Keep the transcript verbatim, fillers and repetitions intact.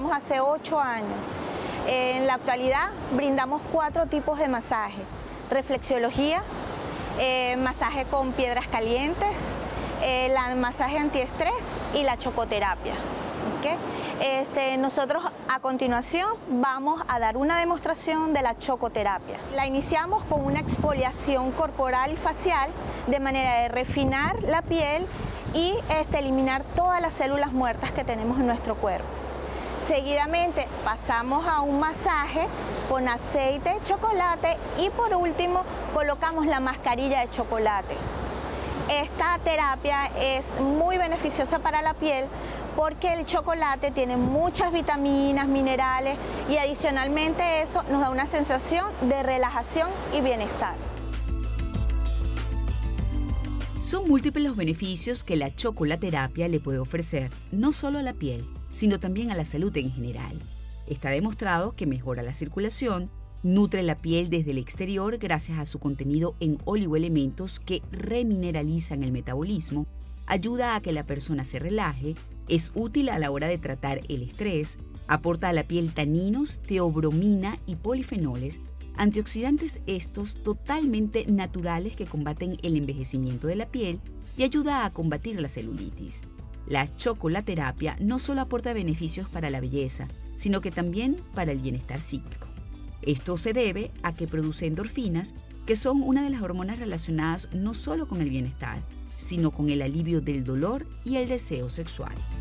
iniciamos hace ocho años. En la actualidad brindamos cuatro tipos de masaje: reflexiología, eh, masaje con piedras calientes, el masaje antiestrés y la chocoterapia. ¿Okay? Este, nosotros a continuación vamos a dar una demostración de la chocoterapia. La iniciamos con una exfoliación corporal y facial de manera de refinar la piel y este, eliminar todas las células muertas que tenemos en nuestro cuerpo. Seguidamente pasamos a un masaje con aceite de chocolate y por último colocamos la mascarilla de chocolate. Esta terapia es muy beneficiosa para la piel porque el chocolate tiene muchas vitaminas, minerales y adicionalmente eso nos da una sensación de relajación y bienestar. Son múltiples los beneficios que la chocolaterapia le puede ofrecer, no solo a la piel, sino también a la salud en general. Está demostrado que mejora la circulación, nutre la piel desde el exterior gracias a su contenido en oligoelementos que remineralizan el metabolismo, ayuda a que la persona se relaje, es útil a la hora de tratar el estrés, aporta a la piel taninos, teobromina y polifenoles, antioxidantes estos totalmente naturales que combaten el envejecimiento de la piel y ayuda a combatir la celulitis. La chocolaterapia no solo aporta beneficios para la belleza, sino que también para el bienestar psíquico. Esto se debe a que produce endorfinas, que son una de las hormonas relacionadas no solo con el bienestar, sino con el alivio del dolor y el deseo sexual.